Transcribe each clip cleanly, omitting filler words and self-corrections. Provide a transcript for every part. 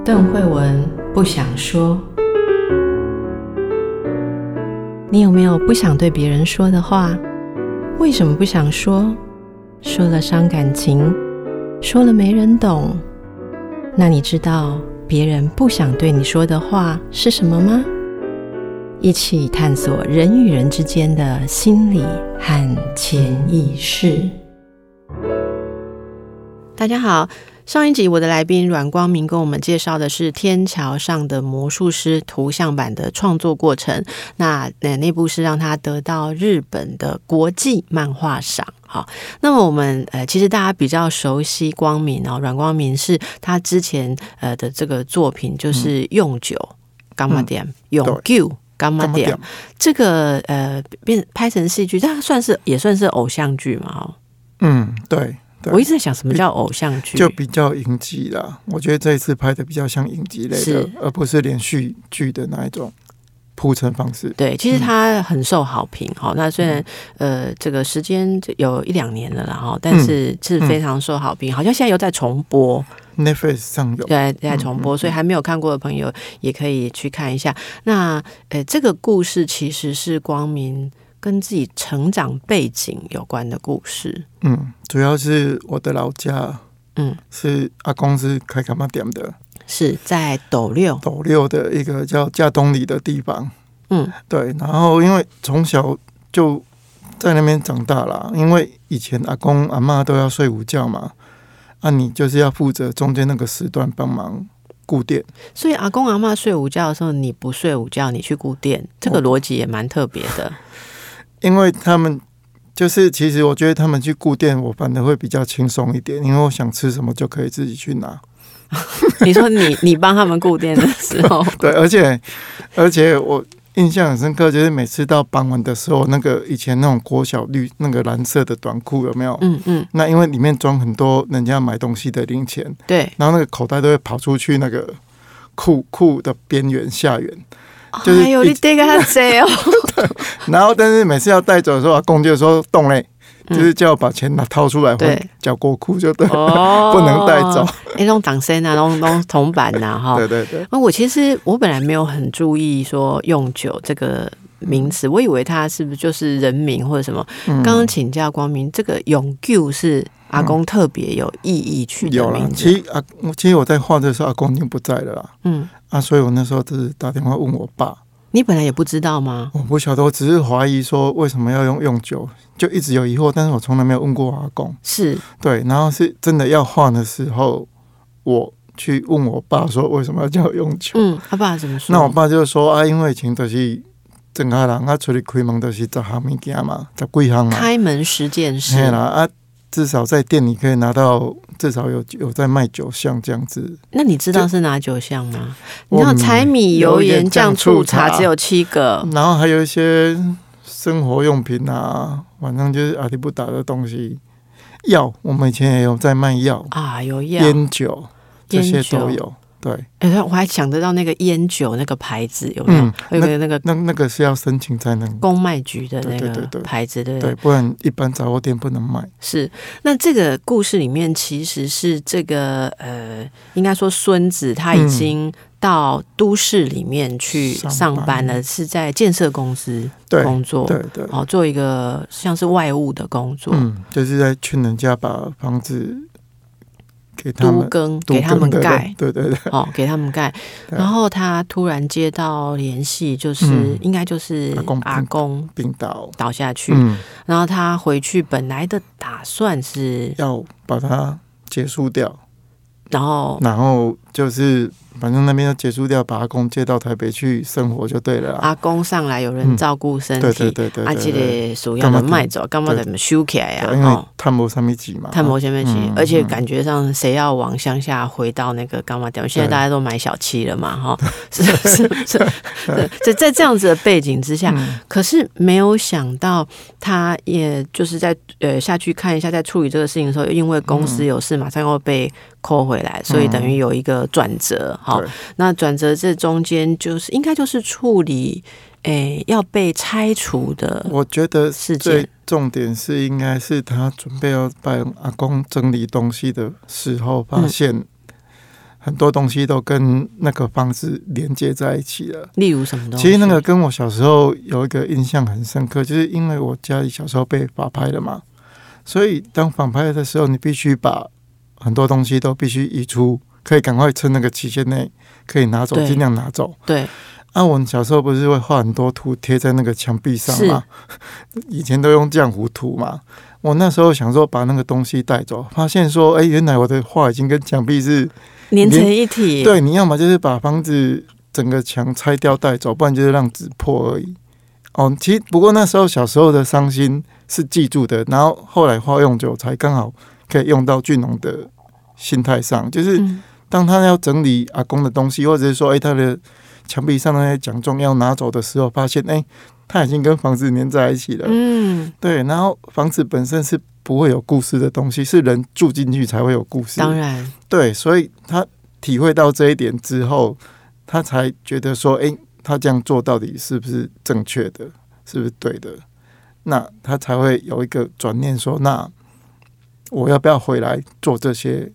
邓惠文不想说。你有没有不想对别人说的话？为什么不想说？说了伤感情，说了没人懂。那你知道别人不想对你说的话是什么吗？一起探索人与人之间的心理和潜意识。大家好，上一集我的来宾阮光明跟我们介绍的是《天桥上的魔术师》图像版的创作过程。那部是让他得到日本的国际漫画赏。好，那么我们其实大家比较熟悉光明哦，阮光明是他之前的这个作品就是用酒干嘛点用酒干嘛点，这个拍成戏剧，它也算是偶像剧嘛。 对。 我一直在想什么叫偶像剧， 就比较影集啦。我觉得这一次拍的比较像影集类的，而不是连续剧的那一种铺陈方式。 对，其实它很受好评。那虽然这个时间有1-2年了啦，但是是非常受好评。好像现在又在重播 ，Netflix 上有在重播，所以还没有看过的朋友也可以去看一下。那这个故事其实是光明跟自己成长背景有关的故事。 主要是我的老家，是阿公是开干嘛店的， 是在斗六的一个叫架东里的地方。对，然后因为从小就在那边长大啦，因为以前阿公阿嬷都要睡午觉嘛，你就是要负责中间那个时段帮忙顾店。 所以阿公阿嬷睡午觉的时候，你不睡午觉，你去顾店，这个逻辑也蛮特别的。 因为他们就是其实我觉得他们去顾店，我反而会比较轻松一点，因为我想吃什么就可以自己去拿。 你说你帮他们顾店的时候， 对，而且我印象很深刻，就是每次到傍晚的时候，那个以前那种国小绿那个蓝色的短裤有没有？那因为里面装很多人家买东西的零钱， 对， 然后那个口袋都会跑出去那个裤的边缘下缘。就是哎呦，你这个很贼哦！ 然后，但是每次要带走的时候，阿公就说动嘞，就是叫我把钱掏出来换缴国库就对，不能带走。 那种党生啊，那种铜板呐，哈。 对。 我本来没有很注意说用酒这个名词，我以为它是不是就是人名或者什么。刚刚请教光明，这个永久是阿公特别有意义取的名字。 其实我在画的时候，阿公已经不在了啦。所以我那时候只是打电话问我爸。 你本来也不知道吗？ 我不晓得，我只是怀疑说为什么要用酒，就一直有疑惑，但是我从来没有问过阿公。 是对，然后是真的要画的时候，我去问我爸说为什么要叫我用酒。 他爸怎么说？ 那我爸就说因为以前都是正下人出去开门都是10项物件嘛，10几项嘛， 开门10件事。 对啦至少在店里可以拿到，至少有在卖9项这样子。 那你知道是哪9项吗？你知道柴米油盐酱醋茶只有7个， 然后还有一些生活用品啊，反正就是阿里不达的东西。药，我们以前也有在卖药有药、 烟酒这些都有。对， 我还想得到那个烟酒那个牌子有没有？ 那个是要申请才能， 公卖局的那个牌子，对， 不然一般杂货店不能卖。 是，那这个故事里面其实是这个应该说孙子他已经到都市里面去上班了，是在建设公司工作，对，做一个像是外务的工作， 就是在劝人家把房子给他们盖，对， 给他们盖。然后他突然接到联系，就是应该就是阿公病倒下去，然后他回去本来的打算是要把它结束掉， 然后就是反正那边要结束掉，把阿公接到台北去生活就对了啦。 阿公上来有人照顾身体， 对， 这个属要的卖走，干嘛怎么修起来呀？ 因为探没什么急嘛， 而且感觉上谁要往乡下回到那个干嘛店？现在大家都买小七了嘛，是，在这样子的背景之下，可是没有想到他也就是在下去看一下，在处理这个事情的时候，因为公司有事，马上又被扣回来，所以等于有一个转折。那转折这中间就是应该就是处理要被拆除的事件。 我觉得最重点是应该是他准备要帮阿公整理东西的时候，发现很多东西都跟那个房子连接在一起了。 例如什么东西？ 其实那个跟我小时候有一个印象很深刻，就是因为我家里小时候被法拍了嘛，所以当法拍的时候，你必须把很多东西都必须移出，可以赶快趁那个期限内可以拿走，尽量拿走。 对。 我们小时候不是会画很多图贴在那个墙壁上吗？以前都用浆糊涂嘛。我那时候想说把那个东西带走，发现说，原来我的画已经跟墙壁是连成一体。 对，你要么就是把房子整个墙拆掉带走，不然就是让纸破而已。其实不过那时候小时候的伤心是记住的，然后后来画用久才刚好可以用到俊龙的心态上，就是当他要整理阿公的东西，或者是说他的墙壁上那些奖状要拿走的时候，发现他已经跟房子粘在一起了。对，然后房子本身是不会有故事的东西，是人住进去才会有故事。 当然， 对，所以他体会到这一点之后，他才觉得说，他这样做到底是不是正确的，是不是对的？那他才会有一个转念说，那我要不要回来做这些？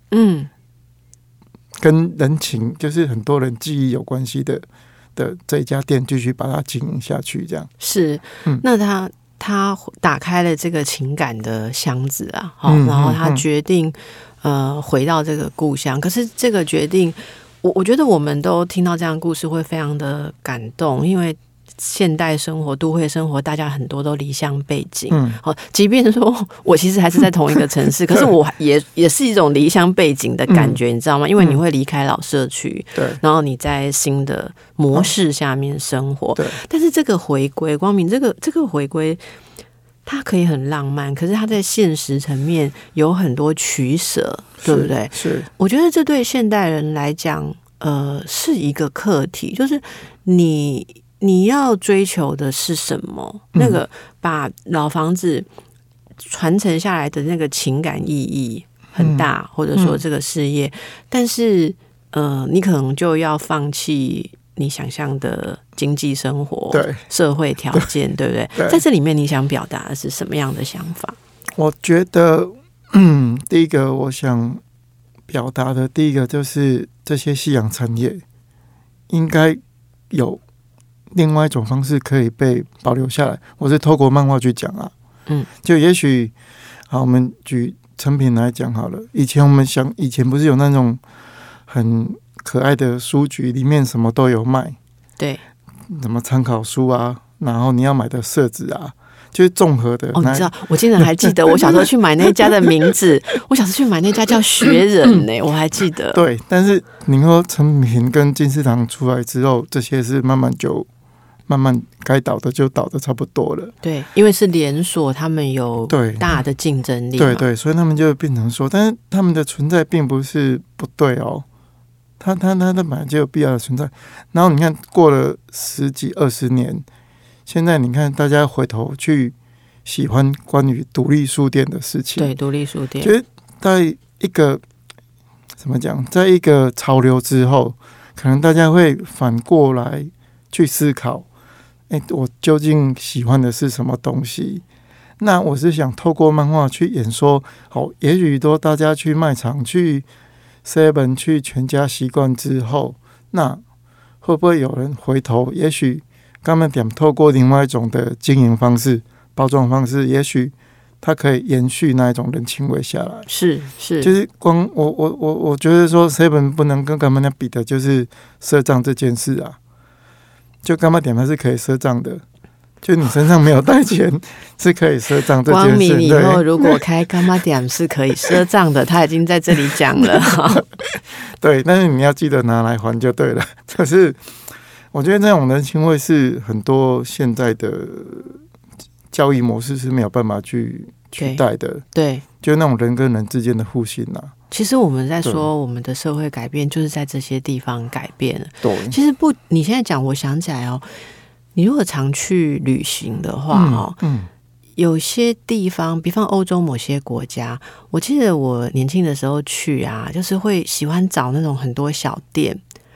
跟人情就是很多人记忆有关系的这一家店，继续把它经营下去，这样是。那他打开了这个情感的箱子啊，然后他决定回到这个故乡。可是这个决定，我觉得我们都听到这样的故事会非常的感动，因为现代生活、都会生活，大家很多都离乡背井。即便说我其实还是在同一个城市，可是我也是一种离乡背井的感觉，你知道吗？因为你会离开老社区，然后你在新的模式下面生活。但是这个回归，光明这个回归，它可以很浪漫，可是它在现实层面有很多取舍，对不对？ 是， 我觉得这对现代人来讲，是一个课题，就是你要追求的是什么？那个把老房子传承下来的那个情感意义很大，或者说这个事业，但是你可能就要放弃你想象的经济生活、社会条件，对不对？在这里面，你想表达的是什么样的想法？ 我觉得，第一个我想表达的第一个就是这些夕阳产业应该有另外一种方式可以被保留下来。我是透过漫画去讲啊，就也许好，我们举成品来讲好了。以前不是有那种很可爱的书局，里面什么都有卖， 对， 什么参考书啊，然后你要买的色纸啊，就是综合的。 你知道，我竟然还记得我小时候去买那家的名字，我小时候去买那家叫学人我还记得。对， 但是你说成品跟金丝堂出来之后，这些是慢慢该倒的就倒的差不多了。对， 因为是连锁，他们有大的竞争力。 对，所以他们就变成说，但是他们的存在并不是不对哦，他本来就有必要的存在。然后你看，过了10几20年，现在你看大家回头去喜欢关于独立书店的事情， 对，独立书店， 就是在一个怎么讲，在一个潮流之后，可能大家会反过来去思考。我究竟喜欢的是什么东西？那我是想透过漫画去演说，也许多大家去卖场、去 Seven、去全家习惯之后，那会不会有人回头？也许刚刚点透过另外一种的经营方式、包装方式，也许它可以延续那一种人情味下来。是，就是光我觉得说 Seven 不能跟干妈那比的，就是赊账这件事啊。就干妈点它是可以赊账的，就你身上没有带钱是可以赊账这件事。 光明以后如果开干妈点是可以赊账的，他已经在这里讲了。 对，但是你要记得拿来还就对了。可是我觉得这种人情味是很多现在的交易模式是没有办法去取代的。对，就那种人跟人之间的互信啊。 其实我们在说我们的社会改变，就是在这些地方改变了。对，其实不，你现在讲，我想起来哦，你如果常去旅行的话，有些地方，比方欧洲某些国家，我记得我年轻的时候去啊，就是会喜欢找那种很多小店，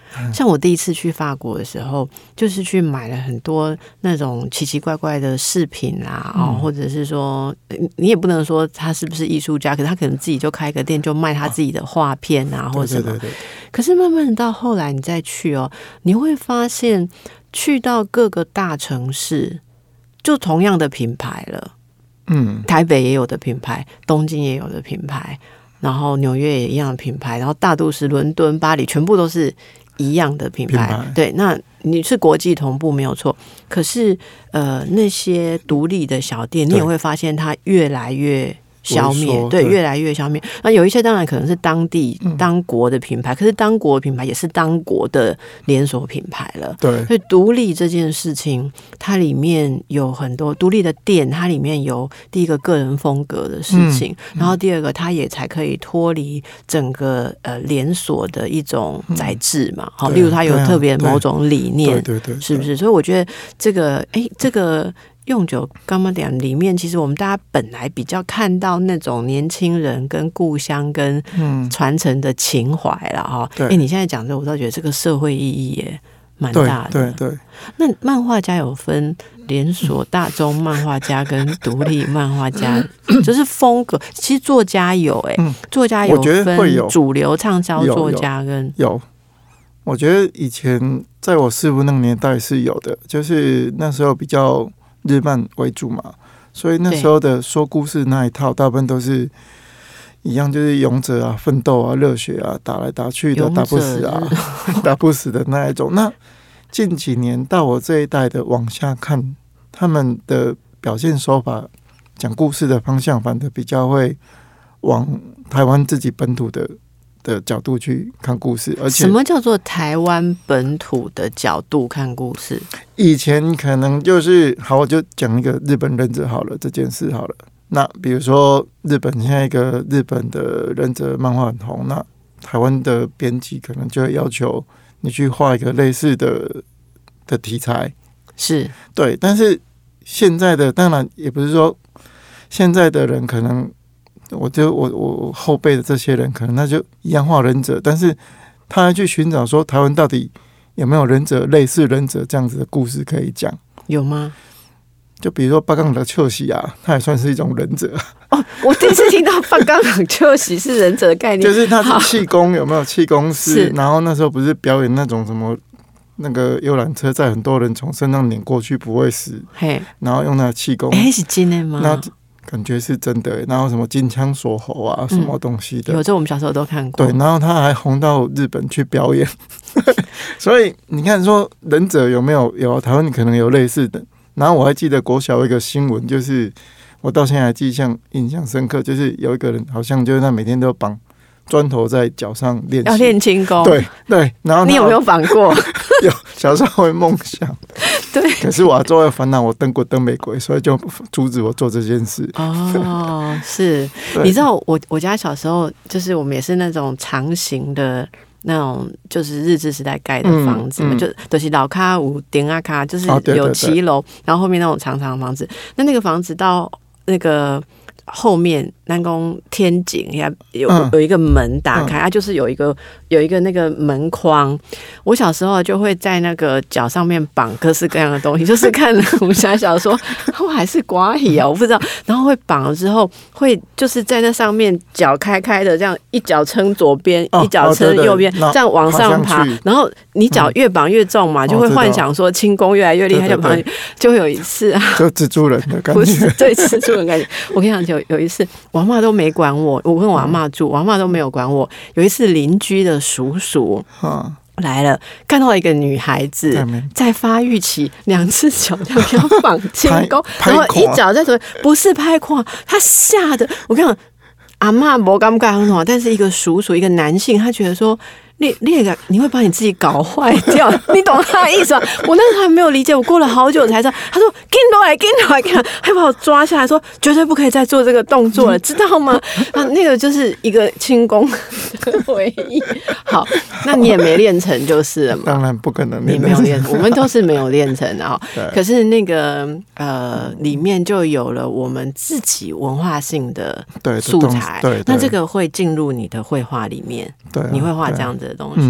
像我第一次去法国的时候，就是去买了很多那种奇奇怪怪的饰品啊，或者是说你也不能说他是不是艺术家，可是他可能自己就开个店，就卖他自己的画片啊，或者什么。对。可是慢慢的到后来你再去你会发现去到各个大城市，就同样的品牌了。台北也有的品牌，东京也有的品牌，然后纽约也一样的品牌，然后大都市伦敦、巴黎全部都是一样的品牌。对，那你是国际同步没有错，可是那些独立的小店，你也会发现它越来越消灭，对，越来越消灭。那有一些当然可能是当地当国的品牌，可是当国的品牌也是当国的连锁品牌了。 对， 所以独立这件事情，它里面有很多独立的店，它里面有第一个个人风格的事情，然后第二个它也才可以脱离整个连锁的一种宰制嘛。好，例如它有特别某种理念， 对， 是不是？所以我觉得这个。用酒干嘛点里面，其实我们大家本来比较看到那种年轻人跟故乡跟传承的情怀啦哈。你现在讲这，我倒觉得这个社会意义也蛮大的。 对。 那漫画家有分连锁、大众漫画家跟独立漫画家，就是风格。其实作家有作家有分主流畅销作家跟有。我觉得以前在我师父那个年代是有的，就是那时候比较。日漫为主嘛，所以那时候的说故事那一套大部分都是一样，就是勇者啊、奋斗啊、热血啊、打来打去的打不死啊、打不死的那一种。那近几年到我这一代的往下看，他们的表现手法、讲故事的方向，反而比较会往台湾自己本土的角度去看故事。而且什么叫做台湾本土的角度看故事？ 以前可能就是好，我就讲一个日本忍者好了，这件事好了。那比如说日本现在一个日本的忍者漫画很红，那台湾的编辑可能就会要求你去画一个类似的题材， 是对。但是现在的当然也不是说现在的人可能。我后辈的这些人可能他就一样画忍者，但是他还去寻找说台湾到底有没有忍者类似忍者这样子的故事可以讲？ 有吗？ 就比如说八杠的秋喜啊，他也算是一种忍者。 我第一次听到八杠的秋喜是忍者的概念， 就是他是气功有没有气功师？然后那时候不是表演那种什么那个游览车载很多人从身上碾过去不会死，然后用那气功， 是真的吗？ 那感觉是真的，然后什么金枪锁喉啊，什么东西的， 有这我们小时候都看过。 对，然后他还红到日本去表演，所以你看说忍者有没有？有，台湾可能有类似的。然后我还记得国小有一个新闻，就是我到现在还印象深刻，就是有一个人好像就是他每天都绑砖头在脚上练习， 要练轻功。 对，然后你有没有绑过？ 有，小时候会梦想。 对， 可是我阿祖的烦恼，我登过登没过，所以就阻止我做这件事。 是，你知道我家小时候就是我们也是那种长形的那种，就是日治时代盖的房子，就是老卡五顶啊卡，就是有骑楼，然后后面那种长长的房子。那个房子到那个后面南宫天井有一个门打开，它就是有一个那个门框。我小时候就会在那个脚上面绑各式各样的东西，就是看了武侠小说，我还是寡语啊，我不知道。然后会绑了之后，会就是在那上面脚开开的，这样一脚撑左边，一脚撑右边，这样往上爬。然后你脚越绑越重嘛，就会幻想说轻功越来越厉害，就绑上去。就会有一次啊， 就蜘蛛人的感觉， 不是对蜘蛛人感觉。我跟你讲，有一次我阿嬷都没管我，我跟我阿嬷住，我阿嬷都没有管我。有一次邻居的叔叔来了，看到一个女孩子在发育期，2只脚要绑轻功，然后一脚在什么？不是拍胯，他吓得我跟你讲，阿嬷没感觉很好，但是一个叔叔，一个男性，他觉得说。你会把你自己搞坏掉，你懂他的意思吗？我那时候还没有理解，我过了好久才知道。他说：“跟来，还把我抓下来，说绝对不可以再做这个动作了，知道吗？”那个就是一个轻功的回忆。好，那你也没练成就是了嘛？ 当然不可能练， 你没有练，我们都是没有练成的哈。可是那个里面就有了我们自己文化性的素材，那这个会进入你的绘画里面。对，你会画这样子的东西。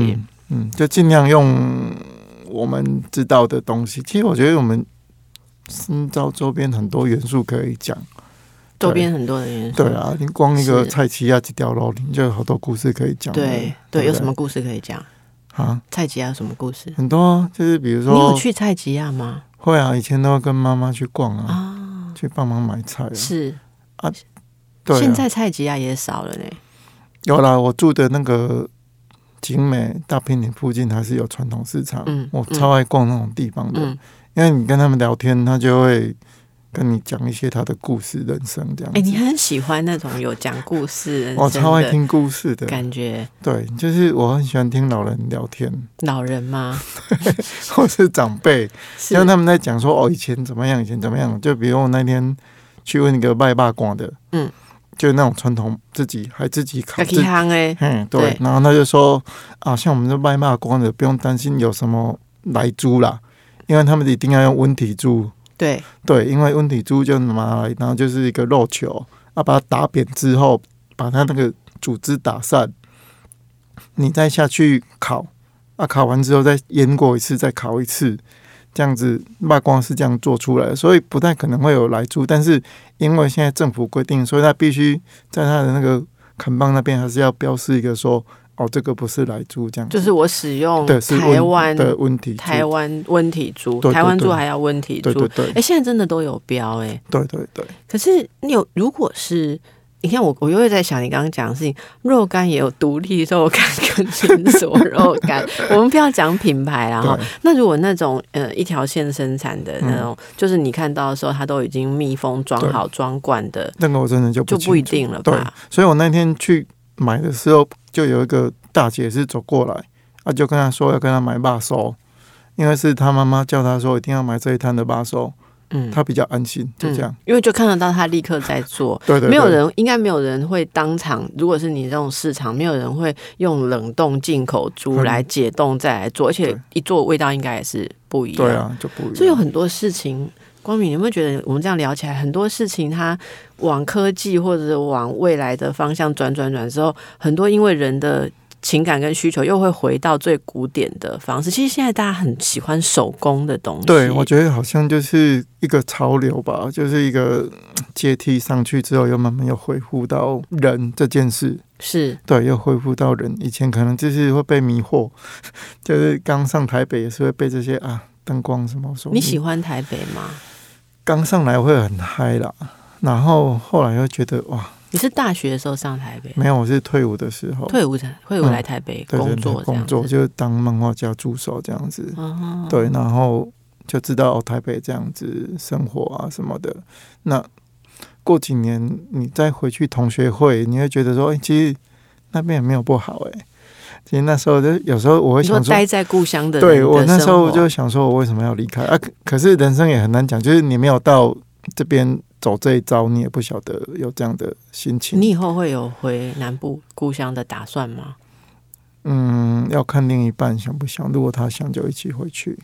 就尽量用我们知道的东西。其实我觉得我们新庄周边很多元素可以讲， 周边很多的元素。 对啊，你光一个菜市仔一条路，你就有好多故事可以讲。 对，有什么故事可以讲啊？菜市仔有什么故事？ 很多，就是比如说， 你有去菜市仔吗？ 会啊，以前都会跟妈妈去逛啊，去帮忙买菜。 是啊，对啊， 现在菜市仔也少了呢。 有啦，我住的那个景美大坪林附近还是有传统市场，我超爱逛那种地方的，因为你跟他们聊天，他就会跟你讲一些他的故事、人生这样子。 你很喜欢那种有讲故事人生的， 我超爱听故事的感觉。 对，就是我很喜欢听老人聊天。老人吗？ 或是长辈，因为他们在讲说以前怎么样，以前怎么样。就比如我那天去问一个卖肉粿的，就那种传统自己烤自己对，然后他就说像我们这卖肉粿的不用担心有什么来猪啦，因为他们一定要用温体猪。对，因为温体猪就拿来，然后就是一个肉球，把它打扁之后，把它那个组织打散，你再下去烤，烤完之后再腌过一次，再烤一次。这样子肉粿是这样做出来的，所以不太可能会有来猪。但是因为现在政府规定，所以他必须在他的那个砍棒那边还是要标示一个说，这个不是来猪，这样子。就是我使用台湾的温体猪，台湾温体猪，台湾猪还要温体猪。对，现在真的都有标对。可是如果是。你看我又会在想你刚刚讲的事情，肉干也有独立肉干跟连锁肉干，我们不要讲品牌啦哈。那如果那种一条线生产的那种，就是你看到的时候它都已经密封装好装罐的，那个我真的就不一定了吧？对，所以我那天去买的时候，就有一个大姐是走过来，就跟她说要跟她买肉酥，因为是她妈妈叫她说一定要买这一摊的肉酥。他比较安心，就这样，因为就看得到他立刻在做，对，应该没有人会当场，如果是你这种市场，没有人会用冷冻进口猪来解冻再来做，而且一做味道应该也是不一样，对啊，就不一样。所以有很多事情，光明，你有没有觉得我们这样聊起来，很多事情它往科技或者往未来的方向转之后，很多因为人的情感跟需求又会回到最古典的方式。其实现在大家很喜欢手工的东西，对，我觉得好像就是一个潮流吧，就是一个阶梯上去之后又慢慢又恢复到人这件事，是对，又恢复到人。以前可能就是会被迷惑，就是刚上台北也是会被这些灯光什么。你喜欢台北吗？刚上来会很嗨啦，然后后来又觉得哇。你是大学的时候上台北？没有，我是退伍的时候。退伍来台北工作，工作就是当漫画家助手这样子。对，然后就知道台北这样子生活啊什么的。那过几年你再回去同学会，你会觉得说，其实那边也没有不好其实那时候就有时候我会想说，待在故乡的人对我那时候就想说，我为什么要离开可是人生也很难讲，就是你没有到这边。走这一招，你也不晓得有这样的心情。你以后会有回南部故乡的打算吗？要看另一半想不想。如果他想，就一起回去。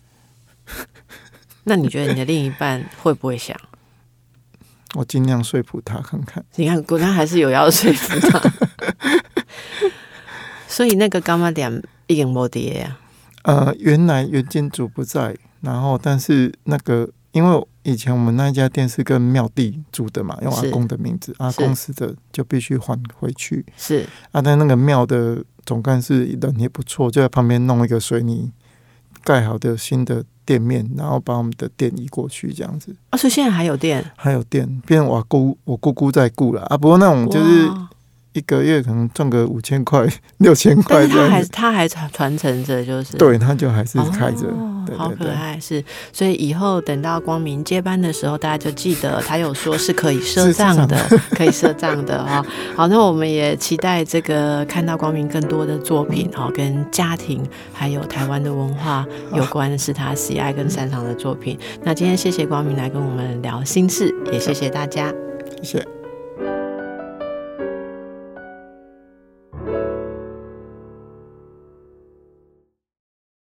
那你觉得你的另一半会不会想？我尽量说服他看看。你看，果然还是有要说服他。所以那个柑仔店已经没在啊。原来原金主不在，然后但是那个。因为以前我们那一家店是跟庙弟租的嘛，用阿公的名字，阿公死的就必须还回去。是但那个庙的总干事人也不错，就在旁边弄一个水泥盖好的新的店面，然后把我们的店移过去，这样子。所以现在还有店，还有店，变我姑姑在顾了不过那种就是一个月可能赚个5000块、6000块，但是他还传承着，就是对，他就还是开着。对对对，好可爱，是。所以以后等到光明接班的时候，大家就记得他有说是可以赊账的，可以赊账的好，那我们也期待这个看到光明更多的作品跟家庭还有台湾的文化有关的是他喜爱跟擅长的作品。那今天谢谢光明来跟我们聊心事，也谢谢大家，谢谢。